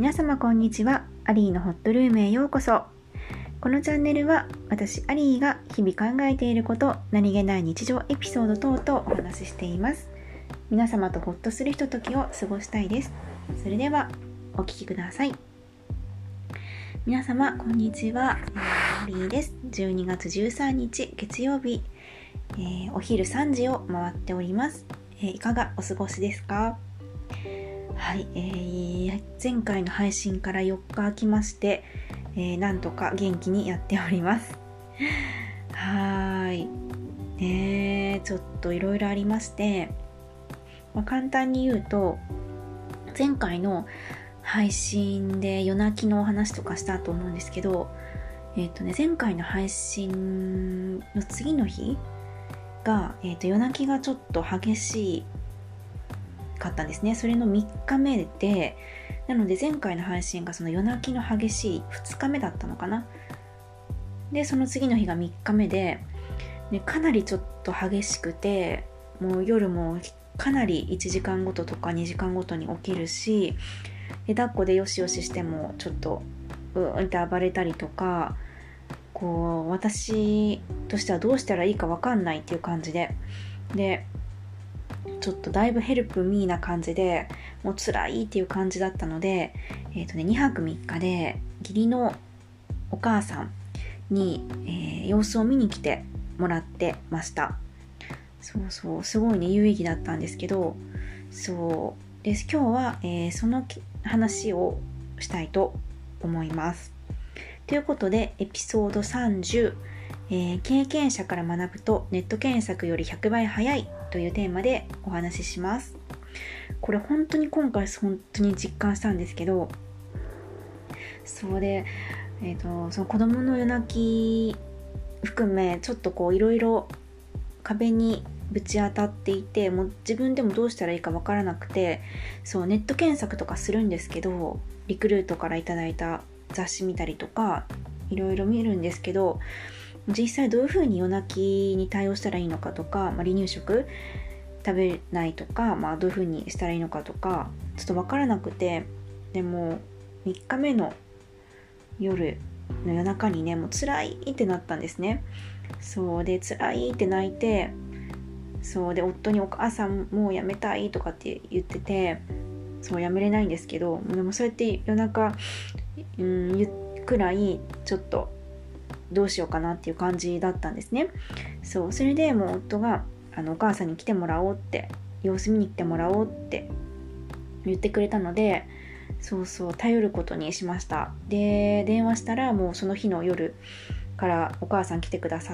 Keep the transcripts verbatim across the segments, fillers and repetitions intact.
皆様こんにちは。アリーのホットルームへようこそ。このチャンネルは私アリーが日々考えていること、何気ない日常エピソード等々お話ししています。皆様とホッとするひとときを過ごしたいです。それではお聞きください。皆様こんにちは。アリーです。じゅうにがつじゅうさんにち月曜日、えー、お昼さんじを回っております。えー、いかがお過ごしですか？はい、えー、前回の配信からよっか空きまして、えー、なんとか元気にやっております。はーい、ね、ちょっといろいろありまして、まあ、簡単に言うと前回の配信で夜泣きのお話とかしたと思うんですけど、えーとね、前回の配信の次の日が、えーと、夜泣きがちょっと激しいかったんですね。それのみっかめで、なので前回の配信がその夜泣きの激しいふつかめだったのかな。でその次の日がみっかめで、でかなりちょっと激しくて、もう夜もかなりいちじかんごととかにじかんごとに起きるし、で抱っこでよしよししてもちょっとうーんって暴れたりとか、こう私としてはどうしたらいいか分かんないっていう感じで、でちょっとだいぶヘルプミーな感じで、もう辛いっていう感じだったので、えーとね、にはくみっかで義理のお母さんに、えー、様子を見に来てもらってました。そうそう、すごいね有意義だったんですけど、そうです。今日は、えー、その話をしたいと思います。ということでエピソードさんじゅう、えー、経験者から学ぶとネット検索よりひゃくばい早いというテーマでお話しします。これ本当に今回本当に実感したんですけど、そうで、えーと、その子供の夜泣き含めちょっとこういろいろ壁にぶち当たっていて、もう自分でもどうしたらいいか分からなくて、そうネット検索とかするんですけど、リクルートからいただいた雑誌見たりとかいろいろ見るんですけど、実際どういう風に夜泣きに対応したらいいのかとか、まあ、離乳食食べないとか、まあ、どういう風にしたらいいのかとかちょっと分からなくて、でもみっかめの夜の夜中にね、もう辛いってなったんですね。そうで辛いって泣いて、そうで夫にお母さんもうやめたいとかって言ってて、そうやめれないんですけど、でもそうやって夜中、うん、言うくらいちょっとどうしようかなっていう感じだったんですね。そうそれでもう夫があのお母さんに来てもらおうって、様子見に来てもらおうって言ってくれたので、そうそう頼ることにしました。で電話したらもうその日の夜からお母さん来てくださって、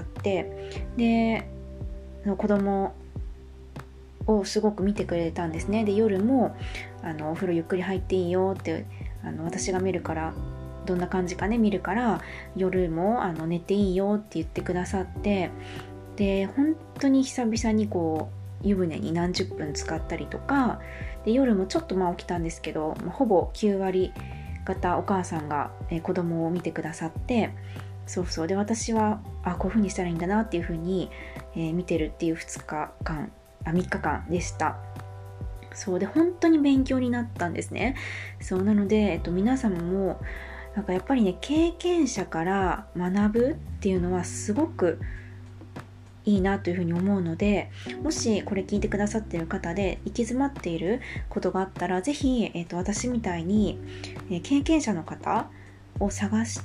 で子供をすごく見てくれたんですね。で夜もあのお風呂ゆっくり入っていいよって、あの私が見るからどんな感じかね見るから夜もあの寝ていいよって言ってくださって、で本当に久々にこう湯船に何十分使ったりとかで、夜もちょっとまあ起きたんですけど、まあ、ほぼきゅうわり方お母さんが、えー、子供を見てくださって、そうそうで私はあこういう風にしたらいいんだなっていう風に、えー、見てるっていうふつかかんあみっかかんでした。そうで本当に勉強になったんですね。そうなので、えっと、皆様もなんかやっぱりね経験者から学ぶっていうのはすごくいいなというふうに思うので、もしこれ聞いてくださっている方で行き詰まっていることがあったら、ぜひ、えっと、私みたいに、えー、経験者の方を探して、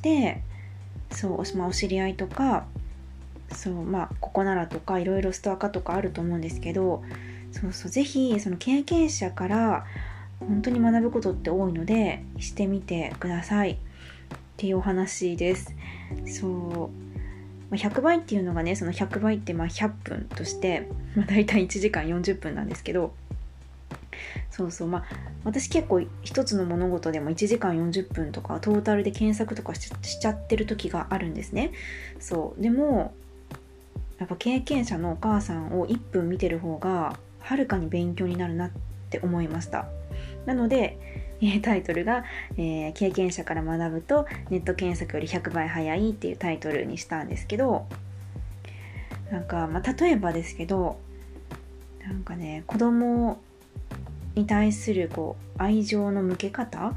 そう、まあ、お知り合いとか、そうまあここならとかいろいろストアカとかあると思うんですけど、そうそうぜひその経験者から本当に学ぶことって多いのでしてみてくださいっていうお話です。そうひゃくばいっていうのがね、そのひゃくばいってまあひゃっぷんとして、まあ、だいたいいちじかんよんじゅっぷんなんですけど、そうそうまあ私結構一つの物事でもいちじかんよんじゅっぷんとかトータルで検索とか し, しちゃってる時があるんですね。そうでもやっぱ経験者のお母さんをいっぷん見てる方がはるかに勉強になるなって思いました。なのでタイトルが、えー、経験者から学ぶとネット検索よりひゃくばい早いっていうタイトルにしたんですけど、なんか、まあ、例えばですけど、なんかね子供に対するこう愛情の向け方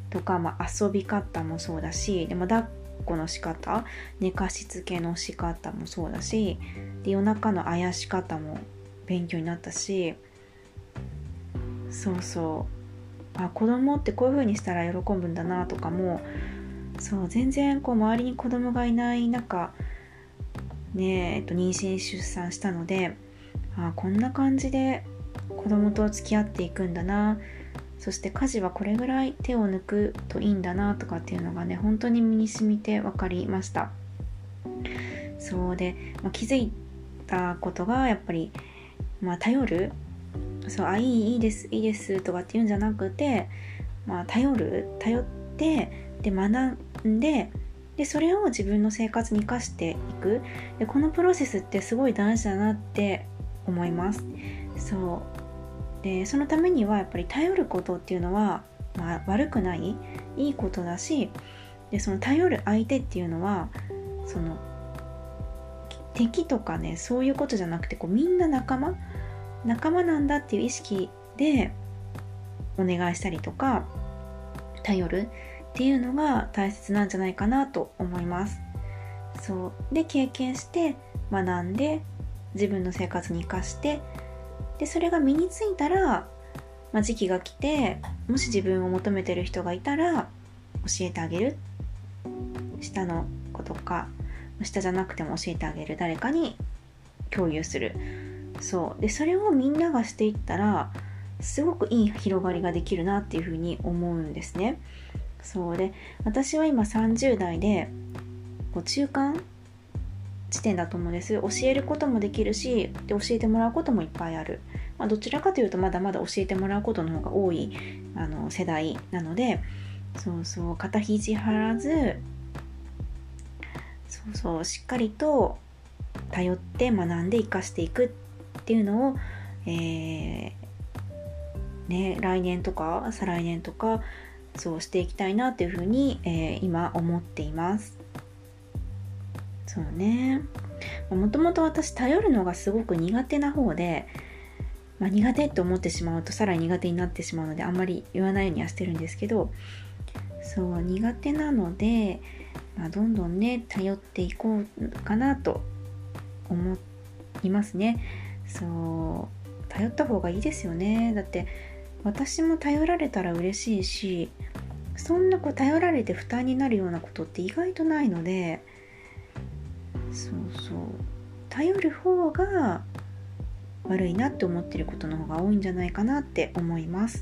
とか、まあ、遊び方もそうだし、でも抱っこの仕方、寝かしつけの仕方もそうだし、で夜中のあやし方も勉強になったし、そうそうあ子供ってこういう風にしたら喜ぶんだなとかも、そう全然こう周りに子供がいない中ねえ、えっと、妊娠出産したので、あこんな感じで子供と付き合っていくんだな、そして家事はこれぐらい手を抜くといいんだなとかっていうのがね本当に身に染みて分かりました。そうで、まあ、気づいたことがやっぱり、まあ、頼るそうあいいいいですいいですとかっていうんじゃなくて、まあ、頼る頼ってで学んででそれを自分の生活に生かしていく。でこのプロセスってすごい大事だなって思います。そうでそのためにはやっぱり頼ることっていうのは、まあ、悪くないいいことだし、でその頼る相手っていうのはその敵とかねそういうことじゃなくてこうみんな仲間仲間なんだっていう意識でお願いしたりとか頼るっていうのが大切なんじゃないかなと思います。そうで経験して学んで自分の生活に生かして、でそれが身についたら、まあ、時期が来てもし自分を求めてる人がいたら教えてあげる、下の子とか下じゃなくても教えてあげる、誰かに共有する。そうでそれをみんながしていったらすごくいい広がりができるなっていうふうに思うんですね。そうで私は今さんじゅう代でこう中間地点だと思うんです。教えることもできるしで教えてもらうこともいっぱいある、まあ、どちらかというとまだまだ教えてもらうことの方が多いあの世代なので、そうそう肩肘張らずそうそうしっかりと頼って学んで生かしていくっていうのを、えーね、来年とか再来年とかそうしていきたいなっていうふうに、えー、今思っています。そうね、もともと私頼るのがすごく苦手な方で、まあ、苦手って思ってしまうとさらに苦手になってしまうのであんまり言わないようにはしてるんですけど、そう苦手なので、まあ、どんどんね頼っていこうかなと思いますね。そう頼った方がいいですよね。だって私も頼られたら嬉しいし、そんなこう頼られて負担になるようなことって意外とないので、そうそう頼る方が悪いなって思ってることの方が多いんじゃないかなって思います。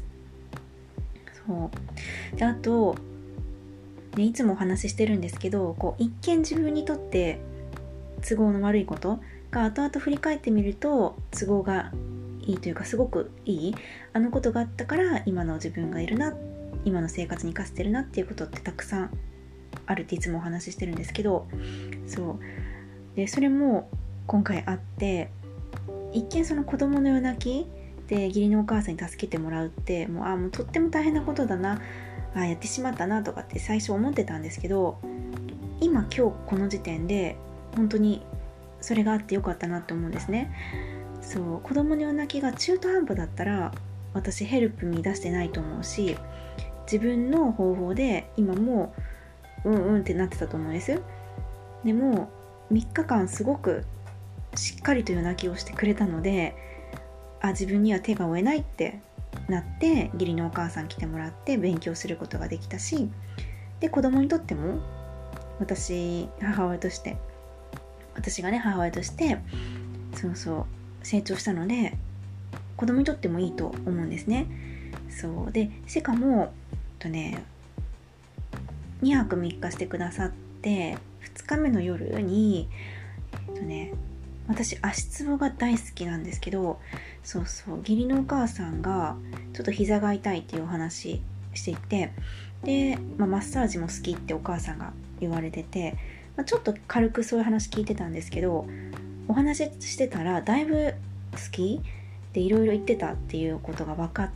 そうであと、ね、いつもお話ししてるんですけど、こう一見自分にとって都合の悪いことが後々振り返ってみると都合がいいというかすごくいい、あのことがあったから今の自分がいるな、今の生活に生かしてるなっていうことってたくさんあるっていつもお話ししてるんですけど、そうでそれも今回あって、一見その子供の夜泣きで義理のお母さんに助けてもらうってもうあもうとっても大変なことだな、あやってしまったなとかって最初思ってたんですけど、今今日この時点で本当にそれがあってよかったなって思うんですね。そう子供の夜泣きが中途半端だったら私ヘルプに出してないと思うし、自分の方法で今もうんうんってなってたと思うんです。でもみっかかんすごくしっかりと夜泣きをしてくれたので、あ自分には手が負えないってなって義理のお母さん来てもらって勉強することができたし、で子供にとっても私母親として私がね母親としてそうそう成長したので子供にとってもいいと思うんですね。そうでしかもとねにはくみっかしてくださってふつかめの夜にとね私足つぼが大好きなんですけど、そうそう義理のお母さんがちょっと膝が痛いっていうお話していて、で、まあ、マッサージも好きってお母さんが言われてて、まあ、ちょっと軽くそういう話聞いてたんですけど、お話ししてたらだいぶ好きでいろいろ言ってたっていうことが分かって、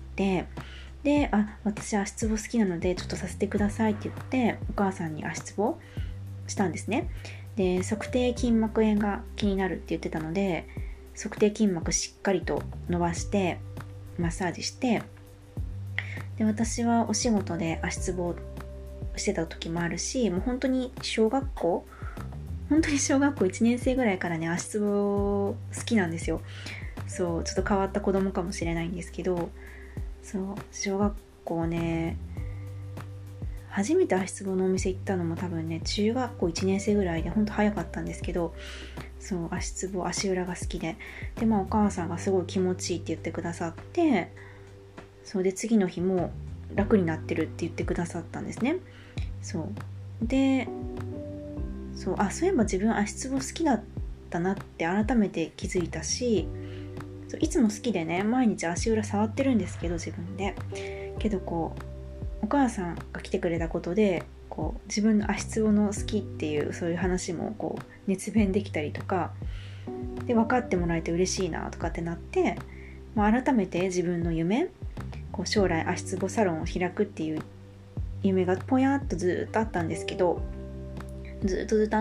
であ私足つぼ好きなのでちょっとさせてくださいって言ってお母さんに足つぼしたんですね。で足底筋膜炎が気になるって言ってたので足底筋膜しっかりと伸ばしてマッサージして、で私はお仕事で足つぼしてた時もあるし、もう本当に小学校本当に小学校いちねん生ぐらいからね足つぼ好きなんですよ。そうちょっと変わった子供かもしれないんですけど、そう小学校ね初めて足つぼのお店行ったのも多分ね中学校いちねん生ぐらいで、ほんと早かったんですけど、そう足つぼ足裏が好きで、でまあお母さんがすごい気持ちいいって言ってくださって、そうで次の日も楽になってるって言ってくださったんですね。そうでそうあそういえば自分足つぼ好きだったなって改めて気づいたし、そういつも好きでね毎日足裏触ってるんですけど自分で、けどこうお母さんが来てくれたことでこう自分の足つぼの好きっていうそういう話もこう熱弁できたりとかで、分かってもらえて嬉しいなとかってなって、まあ、改めて自分の夢、こう将来足つぼサロンを開くっていう夢がぽやっとずっとあったんですけど、ずっとずっとあって、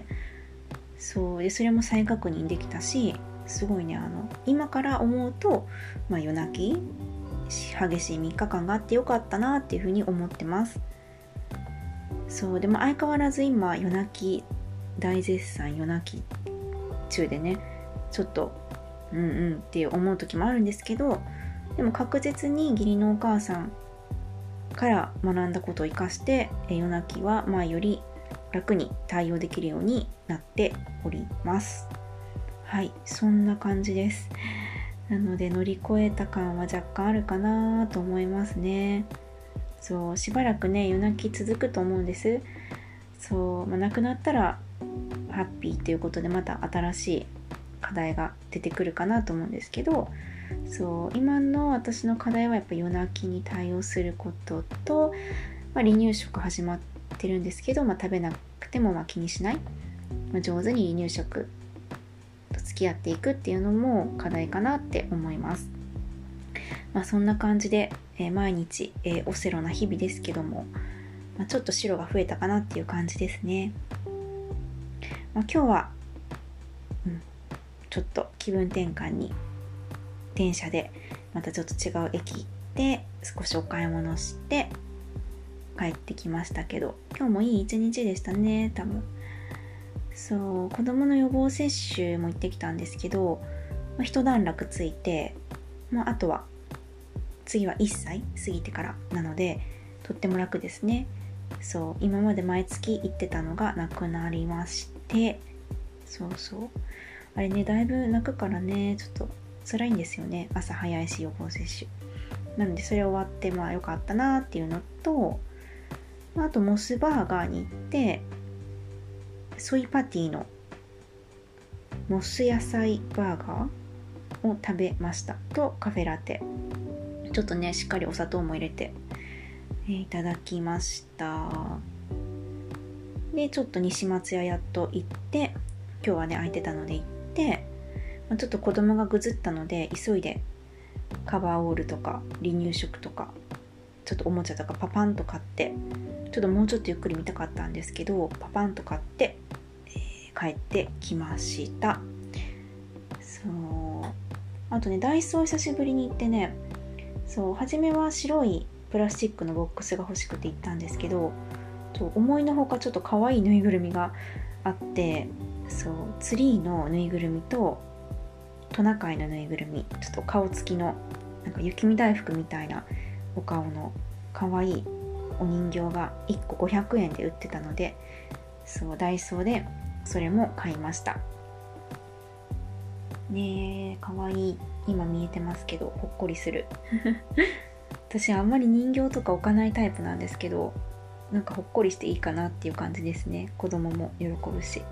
そうでそれも再確認できたし、すごいねあの今から思うと、まあ、夜泣き激しいみっかかんがあってよかったなっていうふうに思ってます。そうでも相変わらず今夜泣き大絶賛夜泣き中でね、ちょっとうんうんって思う時もあるんですけど、でも確実に義理のお母さんから学んだことを生かして夜泣きは前より楽に対応できるようになっております。はい、そんな感じです。なので乗り越えた感は若干あるかなと思いますね。そうしばらくね夜泣き続くと思うんです。そう、まあ、亡くなったらハッピーということでまた新しい課題が出てくるかなと思うんですけど、そう今の私の課題はやっぱ夜泣きに対応することと、まあ、離乳食始まってるんですけど、まあ、食べなくてもまあ気にしない、まあ、上手に離乳食と付き合っていくっていうのも課題かなって思います。まあ、そんな感じで、えー、毎日、えー、オセロな日々ですけども、まあ、ちょっと白が増えたかなっていう感じですね。まあ、今日は、うん、ちょっと気分転換に電車でまたちょっと違う駅で少しお買い物して帰ってきましたけど、今日もいい一日でしたね。多分そう子供の予防接種も行ってきたんですけど、まあ、一段落ついて、まあ、あとは次はいっさい過ぎてからなのでとっても楽ですね。そう今まで毎月行ってたのがなくなりまして、そうそうあれねだいぶ泣くからねちょっと辛いんですよね。朝早いし予防接種なので、それ終わってまあ良かったなっていうのと、あとモスバーガーに行ってソイパティのモス野菜バーガーを食べましたとカフェラテ、ちょっとねしっかりお砂糖も入れて、えー、いただきました。でちょっと西松屋やっと行って、今日はね空いてたので行って、まあ、ちょっと子供がぐずったので急いでカバーオールとか離乳食とかちょっとおもちゃとかパパンと買って、ちょっともうちょっとゆっくり見たかったんですけどパパンと買って、えー、帰ってきました。そうあとねダイソー久しぶりに行ってね、そう初めは白いプラスチックのボックスが欲しくて行ったんですけど、思いのほかちょっと可愛いぬいぐるみがあって、そうツリーのぬいぐるみとトナカイのぬいぐるみ、ちょっと顔つきのなんか雪見大福みたいなお顔の可愛いお人形がいっこごひゃくえんで売ってたので、そうダイソーでそれも買いましたね。え可愛い今見えてますけどほっこりする私あんまり人形とか置かないタイプなんですけど、なんかほっこりしていいかなっていう感じですね。子供も喜ぶし。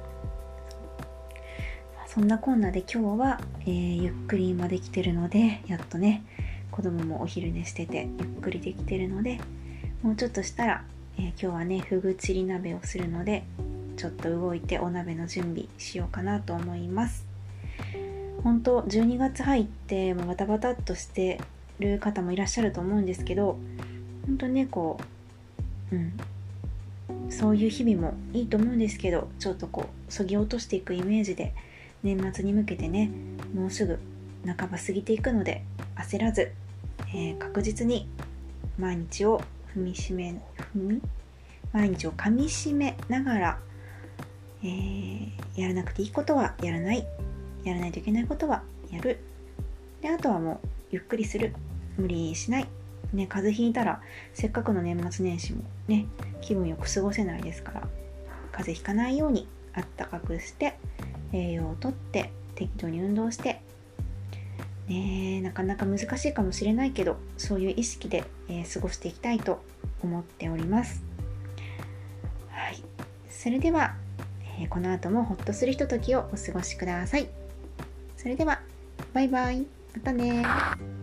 そんなこんなで今日は、えー、ゆっくり今できてるので、やっとね子供もお昼寝しててゆっくりできてるので、もうちょっとしたら、えー、今日はねふぐちり鍋をするのでちょっと動いてお鍋の準備しようかなと思います。本当じゅうにがつ入ってバタバタっとしてる方もいらっしゃると思うんですけど、本当ねこう、うん、そういう日々もいいと思うんですけど、ちょっとこうそぎ落としていくイメージで年末に向けてねもうすぐ半ば過ぎていくので焦らず、えー、確実に毎日を踏みしめに毎日をかみしめながら、えー、やらなくていいことはやらない、やらないといけないことはやる。で、あとはもうゆっくりする、無理しない。ね、風邪ひいたらせっかくの年末年始もね、気分よく過ごせないですから、風邪ひかないようにあったかくして、栄養をとって、適度に運動して、ね、なかなか難しいかもしれないけど、そういう意識で、えー、過ごしていきたいと思っております。はい、それでは、えー、この後もほっとするひとときをお過ごしください。それではバイバイ、またね。